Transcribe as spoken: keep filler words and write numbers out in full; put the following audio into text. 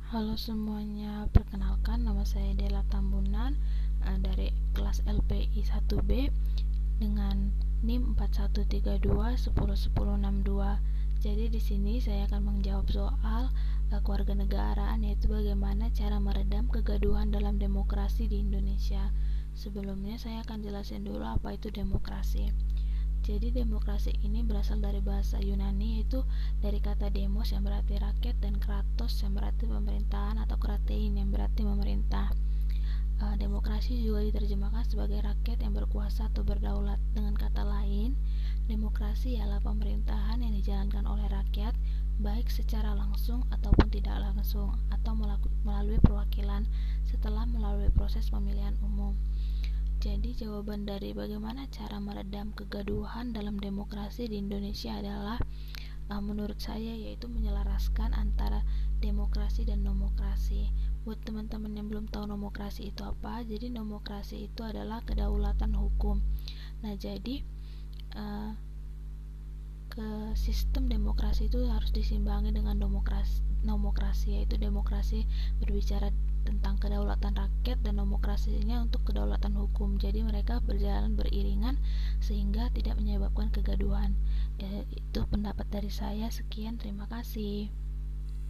Halo semuanya, perkenalkan nama saya Dela Tambunan uh, dari kelas L P I satu B dengan NIM empat satu tiga dua satu nol satu nol enam dua. Jadi di sini saya akan menjawab soal uh, kewarganegaraan, yaitu bagaimana cara meredam kegaduhan dalam demokrasi di Indonesia. Sebelumnya saya akan jelasin dulu apa itu demokrasi. Jadi demokrasi ini berasal dari bahasa Yunani, yaitu dari kata demos yang berarti rakyat dan kratos yang berarti pemerintahan atau kratein yang berarti memerintah. Uh, demokrasi juga diterjemahkan sebagai rakyat yang berkuasa atau berdaulat. Dengan kata lain, demokrasi ialah pemerintahan yang dijalankan oleh rakyat, baik secara langsung ataupun tidak langsung, atau melalui perwakilan setelah melalui proses pemilihan umum. Jadi jawaban dari bagaimana cara meredam kegaduhan dalam demokrasi di Indonesia adalah uh, menurut saya yaitu menyelaraskan antara demokrasi dan nomokrasi. Buat teman-teman yang belum tahu nomokrasi itu apa, jadi nomokrasi itu adalah kedaulatan hukum. Nah, jadi uh, ke sistem demokrasi itu harus disimbangi dengan demokrasi, nomokrasi, yaitu demokrasi berbicara tentang kedaulatan rakyat dan nomokrasinya untuk kedaulatan hukum. Jadi mereka berjalan beriringan sehingga tidak menyebabkan kegaduhan. Ya, itu pendapat dari saya. Sekian, terima kasih.